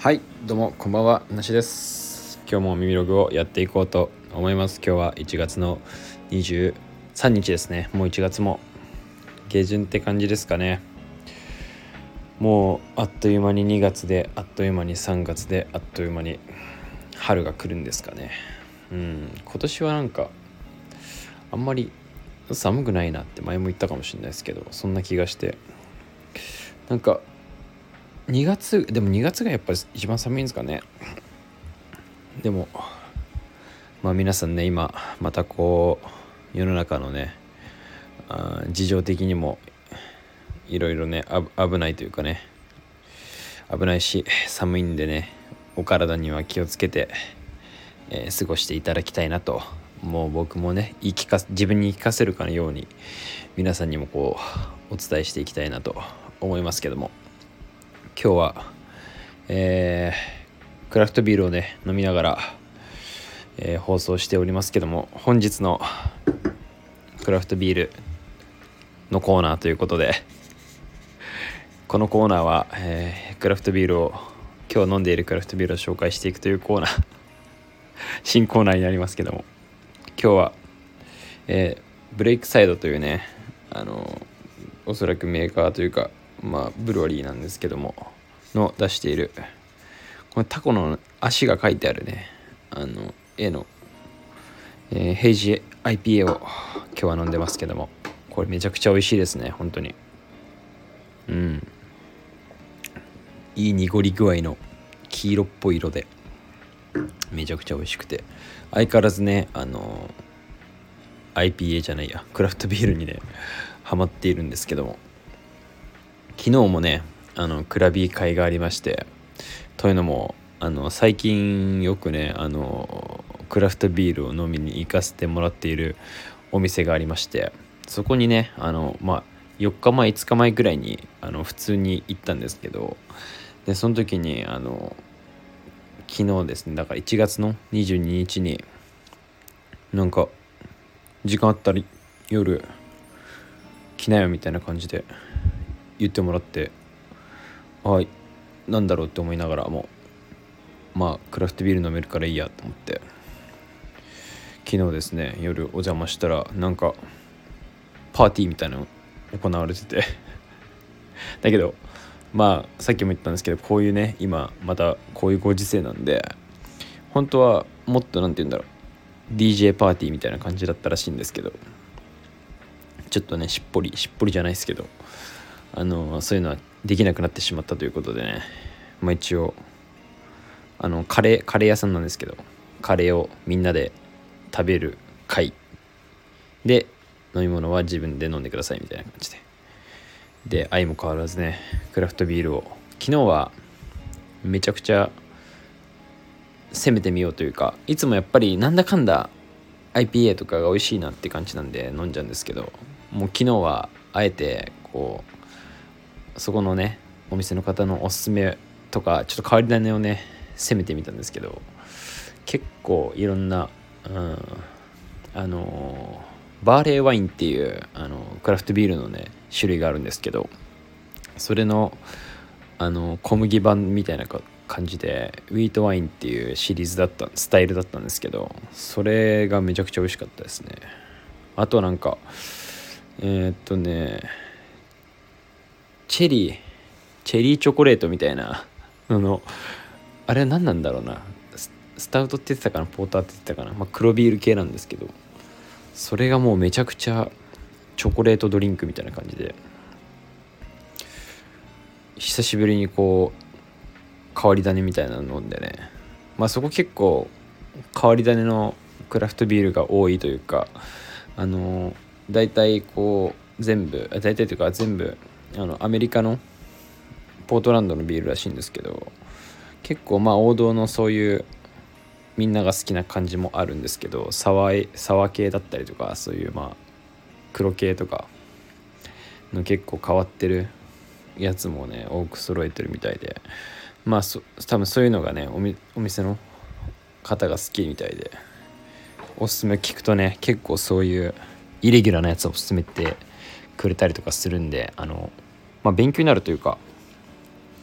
はい、どうもこんばんは、なしです。今日も耳ログをやっていこうと思います。今日は1月の23日ですね。もう1月も下旬って感じですかね。もうあっという間に2月で、あっという間に3月で、あっという間に春が来るんですかね。今年はなんかあんまり寒くないなって前も言ったかもしれないですけど、そんな気がして、なんか2月がやっぱり一番寒いんですかね。でも皆さんね、今またこう世の中のね、事情的にもいろいろね、危ないというかね、危ないし寒いんでね、お体には気をつけて、過ごしていただきたいなと。もう僕もね、自分に言い聞かせるかのように皆さんにもこうお伝えしていきたいなと思いますけども、今日は、クラフトビールをね飲みながら、放送しておりますけども、本日のクラフトビールのコーナーということで、このコーナーは、クラフトビールを今日飲んでいるクラフトビールを紹介していくというコーナー新コーナーになりますけども、今日は、ブレイクサイドというね、おそらくメーカーというか、ブルワリーなんですけどもの出しているこのタコの足が書いてあるね、絵の、ヘイジ IPA を今日は飲んでますけども、これめちゃくちゃ美味しいですね、本当に。いい濁り具合の黄色っぽい色でめちゃくちゃ美味しくて、相変わらずね、IPA じゃないや、クラフトビールにねハマっているんですけども、昨日もねクラビー会がありまして、というのも最近よくねクラフトビールを飲みに行かせてもらっているお店がありまして、そこにね4日前5日前ぐらいに普通に行ったんですけど、でその時に昨日ですね、だから1月の22日になんか時間あったら夜来なよみたいな感じで言ってもらって、なんだろうって思いながらも、クラフトビール飲めるからいいやと思って昨日ですね、夜お邪魔したらなんかパーティーみたいなの行われててだけどさっきも言ったんですけど、こういうね、今またこういうご時世なんで、本当はもっとなんて言うんだろう、 DJ パーティーみたいな感じだったらしいんですけど、ちょっとねしっぽりじゃないですけど、そういうのはできなくなってしまったということでね、一応カレー屋さんなんですけど、カレーをみんなで食べる会で、飲み物は自分で飲んでくださいみたいな感じで、相も変わらずね、クラフトビールを昨日はめちゃくちゃ攻めてみようというか、いつもやっぱりなんだかんだ IPA とかが美味しいなって感じなんで飲んじゃうんですけど、もう昨日はあえてこうそこのねお店の方のおすすめとかちょっと変わり種をね攻めてみたんですけど、結構いろんな、バーレーワインっていうクラフトビールのね種類があるんですけど、それの小麦版みたいな感じでウィートワインっていうシリーズだったスタイルだったんですけど、それがめちゃくちゃ美味しかったですね。あとなんかチェリーチョコレートみたいなあれは何なんだろうな、スタウトって言ってたかな、ポーターって言ってたかな、黒ビール系なんですけど、それがもうめちゃくちゃチョコレートドリンクみたいな感じで、久しぶりにこう変わり種みたいなの飲んでね、そこ結構変わり種のクラフトビールが多いというか、大体こう全部アメリカのポートランドのビールらしいんですけど、結構王道のそういうみんなが好きな感じもあるんですけど、サワ系だったりとか、そういう黒系とかの結構変わってるやつもね多く揃えてるみたいで、多分そういうのがねお店の方が好きみたいで、おすすめ聞くとね結構そういうイレギュラーなやつを勧めてくれたりとかするんで、勉強になるというか、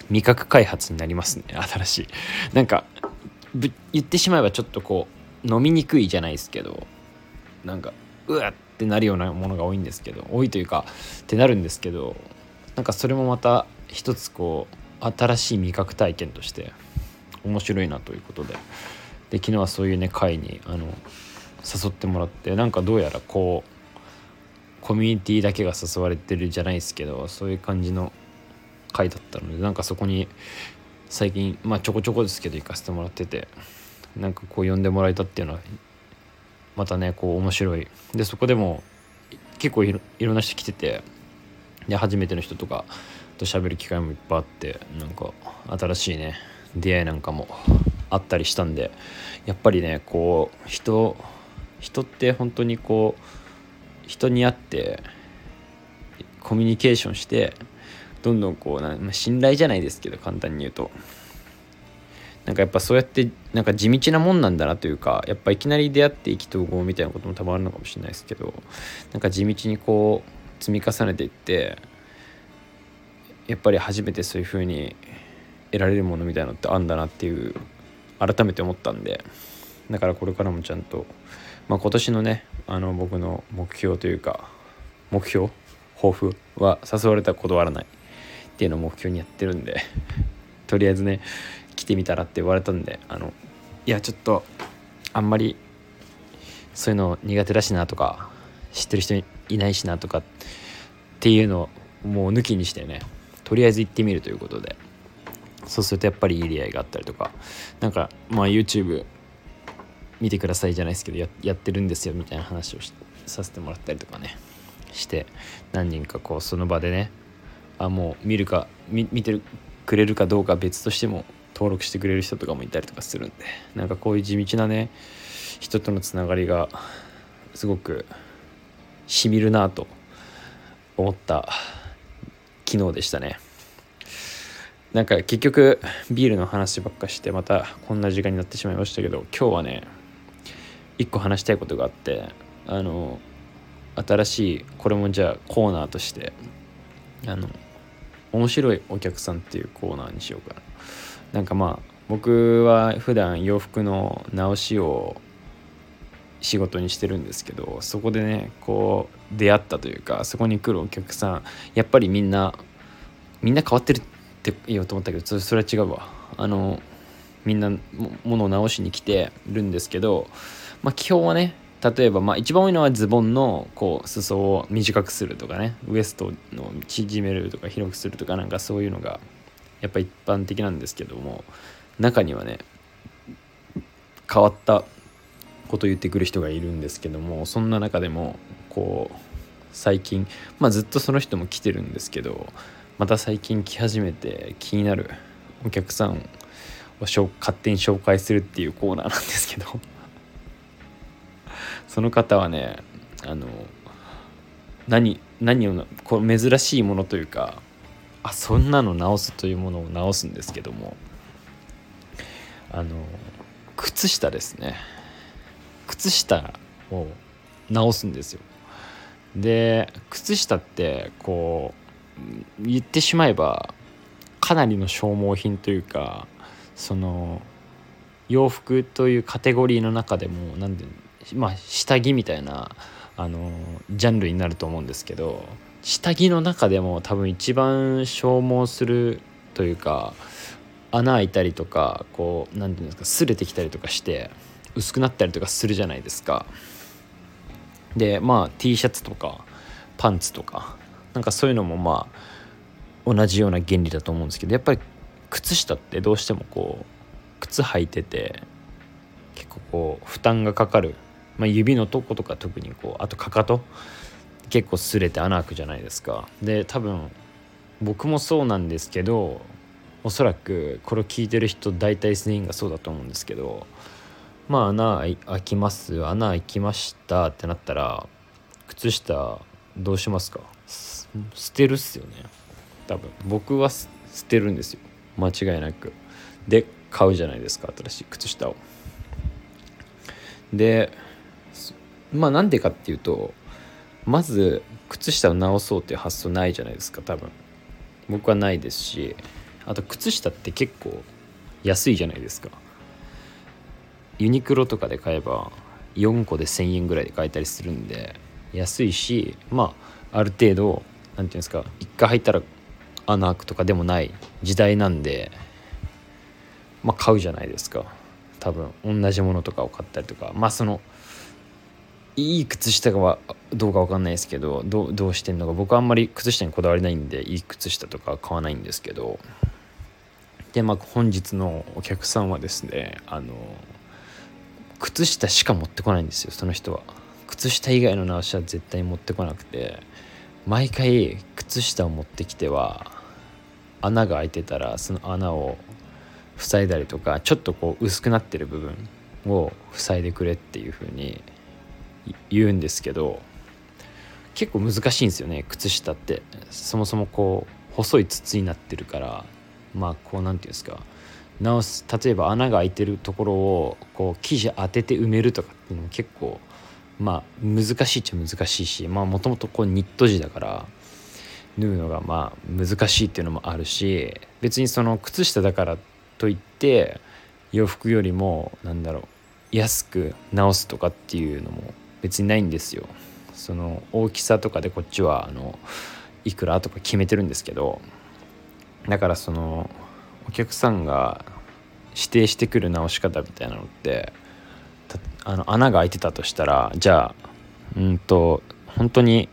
味覚開発になりますね。新しいなんか言ってしまえばちょっとこう飲みにくいじゃないですけど、なんかうわってなるようなものが多いんですけど、多いというかってなるんですけど、なんかそれもまた一つこう新しい味覚体験として面白いなということで、昨日はそういうね会に誘ってもらって、なんかどうやらこうコミュニティだけが誘われてるじゃないですけど、そういう感じの会だったので、なんかそこに最近ちょこちょこですけど行かせてもらってて、なんかこう呼んでもらえたっていうのはまたねこう面白い。でそこでも結構いろんな人来てて、で初めての人とかと喋る機会もいっぱいあって、なんか新しいね出会いなんかもあったりしたんで、やっぱりねこう人って本当にこう人に会ってコミュニケーションしてどんどんこう信頼じゃないですけど、簡単に言うとなんかやっぱそうやってなんか地道なもんなんだなというか、やっぱいきなり出会って意気投合みたいなことも多分あるのかもしれないですけど、なんか地道にこう積み重ねていって、やっぱり初めてそういう風に得られるものみたいなのってあんだなっていう改めて思ったんで、だからこれからもちゃんと、今年のね僕の目標というか抱負は誘われたら断らないっていうのを目標にやってるんでとりあえずね来てみたらって言われたんで、いやちょっとあんまりそういうの苦手だしなとか知ってる人いないしなとかっていうのをもう抜きにしてね、とりあえず行ってみるということで、そうするとやっぱりいい出会いがあったりとか、なんかYouTube 見てくださいじゃないですけど やってるんですよみたいな話をさせてもらったりとかねして、何人かこうその場でねもう見てくれるかどうかは別としても登録してくれる人とかもいたりとかするんで、なんかこういう地道なね人とのつながりがすごくしみるなと思った昨日でしたね。なんか結局ビールの話ばっかしてまたこんな時間になってしまいましたけど、今日はね一個話したいことがあって、新しいこれもじゃあコーナーとして面白いお客さんっていうコーナーにしようかな。なんか僕は普段洋服の直しを仕事にしてるんですけど、そこでねこう出会ったというか、そこに来るお客さんやっぱりみんな変わってるって言おうと思ったけどそれは違うわ。みんなものを直しに来てるんですけど、基本はね例えば一番多いのはズボンのこう裾を短くするとかね、ウエストの縮めるとか広くするとか、なんかそういうのがやっぱ一般的なんですけども、中にはね変わったこと言ってくる人がいるんですけども、そんな中でもこう最近ずっとその人も来てるんですけど、また最近来始めて気になるお客さんを勝手に紹介するっていうコーナーなんですけどその方はね何をこう珍しいものというか、そんなの直すというものを直すんですけども、靴下ですね。靴下を直すんですよ。で靴下ってこう言ってしまえばかなりの消耗品というか、その洋服というカテゴリーの中でも下着みたいなジャンルになると思うんですけど、下着の中でも多分一番消耗するというか、穴開いたりとかこうなんていうんですか、擦れてきたりとかして薄くなったりとかするじゃないですか。でT シャツとかパンツとかなんかそういうのも同じような原理だと思うんですけど、やっぱり靴下ってどうしてもこう靴履いてて結構こう負担がかかる、指のとことか特にこうあとかかと結構擦れて穴開くじゃないですか。で多分僕もそうなんですけど、おそらくこれを聞いてる人大体全員がそうだと思うんですけど、穴開きます、穴開きましたってなったら靴下どうしますか？捨てるっすよね。多分僕は捨てるんですよ、間違いなく。で買うじゃないですか、新しい靴下を。でなんでかっていうと、まず靴下を直そうっていう発想ないじゃないですか。多分僕はないですし、 あと靴下って結構安いじゃないですか。ユニクロとかで買えば4個で1000円ぐらいで買えたりするんで安いし、ある程度なんていうんですか、一回履いたら穴開くとかでもない時代なんで、買うじゃないですか。多分同じものとかを買ったりとか、そのいい靴下はどうか分かんないですけど、どうしてんのか、僕はあんまり靴下にこだわりないんでいい靴下とか買わないんですけど、で本日のお客さんはですね、靴下しか持ってこないんですよ。その人は靴下以外の直しは絶対持ってこなくて、毎回靴下を持ってきては穴が開いてたらその穴を塞いだりとか、ちょっとこう薄くなってる部分を塞いでくれっていう風に言うんですけど、結構難しいんですよね。靴下ってそもそもこう細い筒になってるから、こうなんていうんですか、直す、例えば穴が開いてるところをこう生地当てて埋めるとかっていうのも結構難しいっちゃ難しいし、もともとこうニット地だから縫うのが難しいっていうのもあるし、別にその靴下だからといって洋服よりも安く直すとかっていうのも別にないんですよ。その大きさとかでこっちはいくらとか決めてるんですけど、だからそのお客さんが指定してくる直し方みたいなのって、穴が開いてたとしたら、じゃあ本当に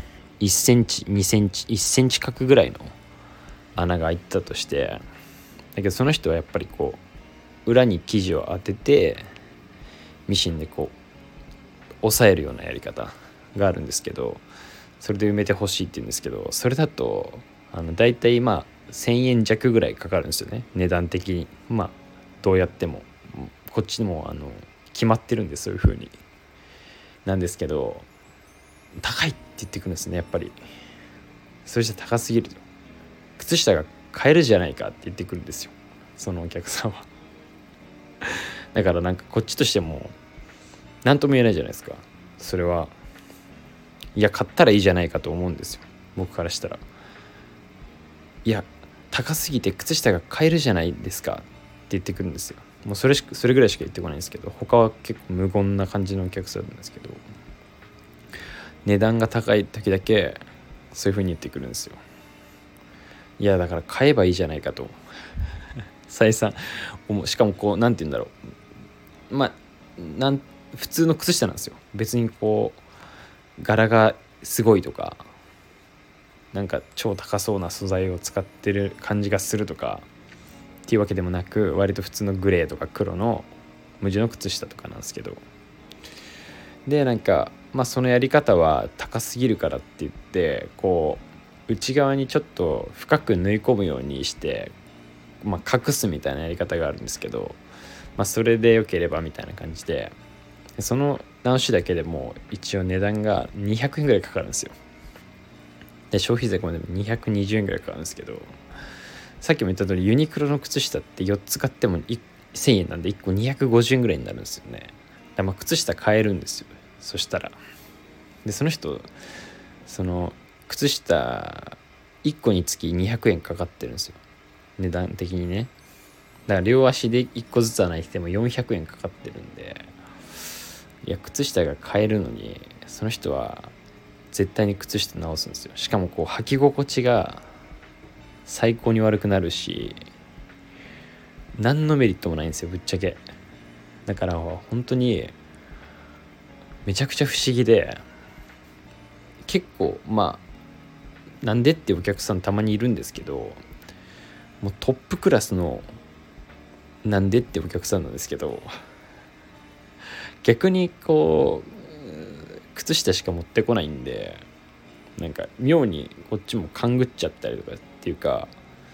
1センチ2センチ1センチ角ぐらいの穴が開いてたとして、だけどその人はやっぱりこう裏に生地を当ててミシンでこう押さえるようなやり方があるんですけど、それで埋めてほしいって言うんですけど、それだとだいたい1000円弱ぐらいかかるんですよね、値段的に。どうやってもこっちも決まってるんで、そういう風になんですけど、高いって言ってくるんですね。やっぱりそれじゃ高すぎると、靴下が買えるじゃないかって言ってくるんですよ、そのお客さんは。だからこっちとしても何とも言えないじゃないですか。それはいや買ったらいいじゃないかと思うんですよ、僕からしたら。いや高すぎて靴下が買えるじゃないですかって言ってくるんですよ。もうそれぐらいしか言ってこないんですけど、他は結構無言な感じのお客さんなんですけど、値段が高い時だけそういう風に言ってくるんですよ。いやだから買えばいいじゃないかと再三しかもこうなんて言うんだろう、普通の靴下なんですよ。別にこう柄がすごいとか超高そうな素材を使ってる感じがするとかっていうわけでもなく、割と普通のグレーとか黒の無地の靴下とかなんですけど、でそのやり方は高すぎるからって言ってこう内側にちょっと深く縫い込むようにして、隠すみたいなやり方があるんですけど、それでよければみたいな感じで、その直しだけでも一応値段が200円ぐらいかかるんですよ。で消費税込みでも220円ぐらいかかるんですけど、さっきも言った通りユニクロの靴下って4つ買っても1000円なんで1個250円ぐらいになるんですよね。だから靴下買えるんですよ。そしたらでその人その靴下1個につき200円かかってるんですよ、値段的にね。だから両足で1個ずつはないても400円かかってるんで、いや靴下が買えるのにその人は絶対に靴下直すんですよ。しかもこう履き心地が最高に悪くなるし、何のメリットもないんですよぶっちゃけ。だから本当にめちゃくちゃ不思議で、結構なんでってお客さんたまにいるんですけど、もうトップクラスのなんでってお客さんなんですけど、逆にこう靴下しか持ってこないんで、妙にこっちも勘ぐっちゃったりとかっていうか、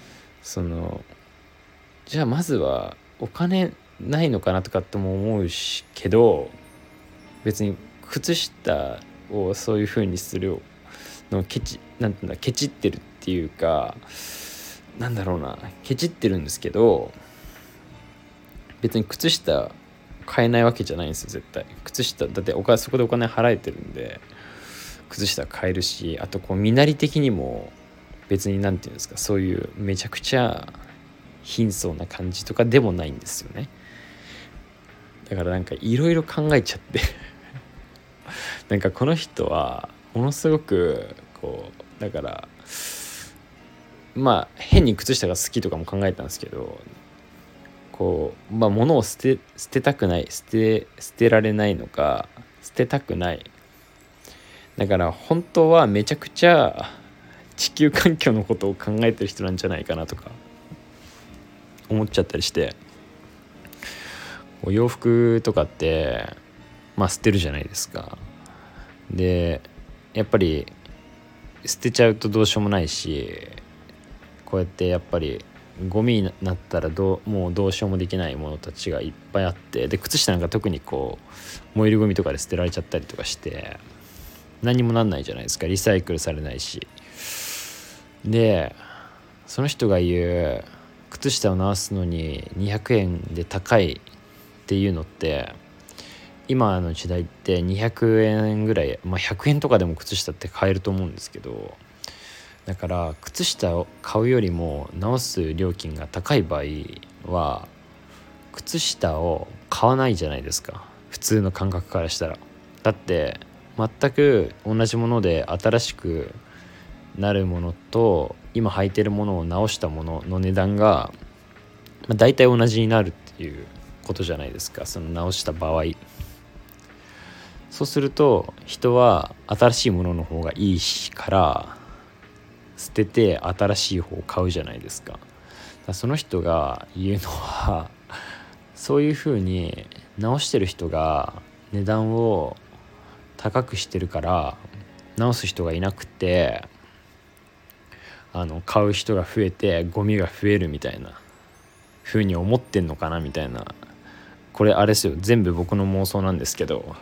じゃあまずはお金ないのかなとかっても思うしけど、別に靴下をそういう風にするのケチってるっていうか、ケチってるんですけど、別に靴下買えないわけじゃないんですよ絶対。靴下だってそこでお金払えてるんで靴下買えるし、あとこう身なり的にも別にそういうめちゃくちゃ貧相な感じとかでもないんですよね。だからなんかいろいろ考えちゃってなんかこの人はものすごくこうだからまあ変に靴下が好きとかも考えたんですけど、こう物を捨てたくない、捨てられないのか捨てたくない、だから本当はめちゃくちゃ地球環境のことを考えてる人なんじゃないかなとか思っちゃったりして、お洋服とかって捨てるじゃないですか。でやっぱり捨てちゃうとどうしようもないし、こうやってやっぱりゴミになったらもうどうしようもできないものたちがいっぱいあって、で靴下なんか特にこう燃えるゴミとかで捨てられちゃったりとかして何にもなんないじゃないですか。リサイクルされないし。でその人が言う靴下を直すのに200円で高いっていうのって、今の時代って200円ぐらい、100円とかでも靴下って買えると思うんですけど、だから靴下を買うよりも直す料金が高い場合は靴下を買わないじゃないですか、普通の感覚からしたら。だって全く同じもので新しくなるものと今履いてるものを直したものの値段が大体同じになるっていうことじゃないですか、その直した場合。そうすると人は新しいものの方がいいから捨てて新しい方を買うじゃないですか。だからその人が言うのはそういう風に直してる人が値段を高くしてるから直す人がいなくて買う人が増えてゴミが増えるみたいな風に思ってんのかなみたいな。これあれですよ、全部僕の妄想なんですけど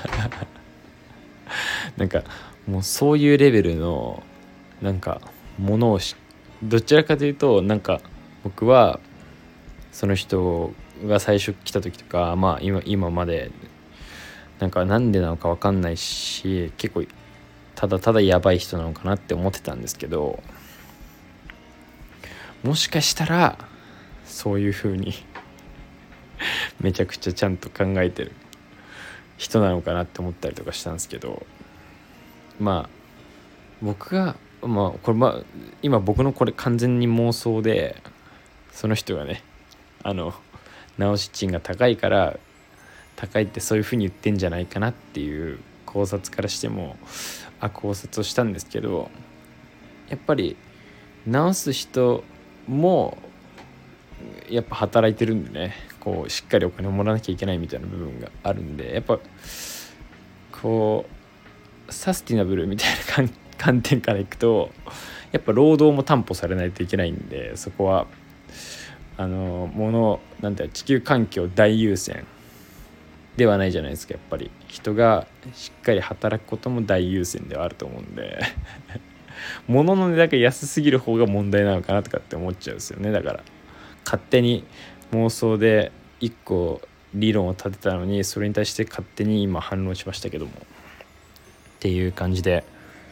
なんかもうそういうレベルのなんかものをどちらかというとなんか僕はその人が最初来た時とか今までなんでなのか分かんないし、結構ただただやばい人なのかなって思ってたんですけど、もしかしたらそういう風にめちゃくちゃちゃんと考えてる人なのかなって思ったりとかしたんですけど、僕がこれ今僕のこれ完全に妄想で、その人がね直し賃が高いから高いってそういう風に言ってんじゃないかなっていう考察からしても考察をしたんですけど、やっぱり直す人もやっぱ働いてるんでね、こうしっかりお金をもらわなきゃいけないみたいな部分があるんで、やっぱこうサスティナブルみたいな観点からいくとやっぱ労働も担保されないといけないんで、そこは地球環境大優先ではないじゃないですか。やっぱり人がしっかり働くことも大優先ではあると思うんで物の値段が安すぎる方が問題なのかなとかって思っちゃうんですよね。だから勝手に妄想で一個理論を立てたのに、それに対して勝手に今反論しましたけどもっていう感じで、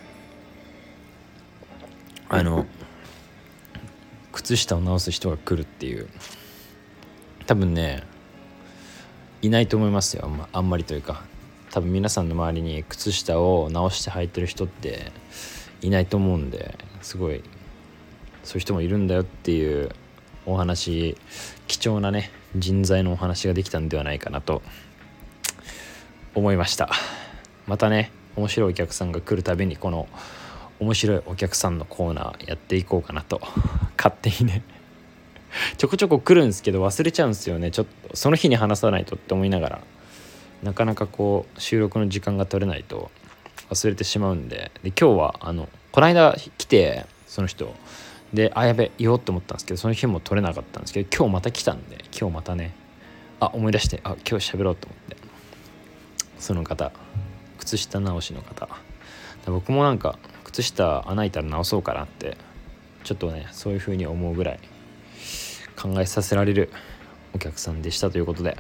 靴下を直す人が来るっていう、多分ねいないと思いますよ。あんまりというか、多分皆さんの周りに靴下を直して履いてる人っていないと思うんで、すごいそういう人もいるんだよっていうお話、貴重なね人材のお話ができたんではないかなと思いました。またね面白いお客さんが来るたびにこの面白いお客さんのコーナーやっていこうかなと勝手にねちょこちょこ来るんですけど忘れちゃうんですよね。ちょっとその日に話さないとって思いながら、なかなかこう収録の時間が取れないと忘れてしまうんで、今日はこの間来てその人でやべ言おうと思ったんですけど、その日も取れなかったんですけど、今日また来たんで、今日またね思い出して今日喋ろうと思って、その方靴下直しの方、僕もなんか靴下穴開いたら直そうかなってちょっとねそういう風に思うぐらい考えさせられるお客さんでしたということで、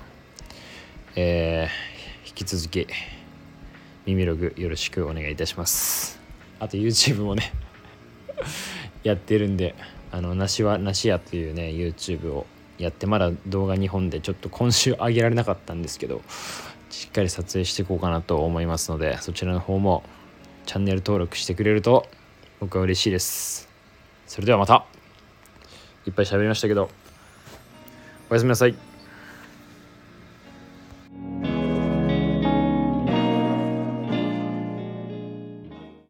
引き続き耳ログよろしくお願いいたします。あと YouTube もねやってるんで梨は梨屋というね YouTube をやって、まだ動画2本でちょっと今週上げられなかったんですけど、しっかり撮影していこうかなと思いますので、そちらの方もチャンネル登録してくれると僕は嬉しいです。それではまた。いっぱい喋りましたけど、おやすみなさい。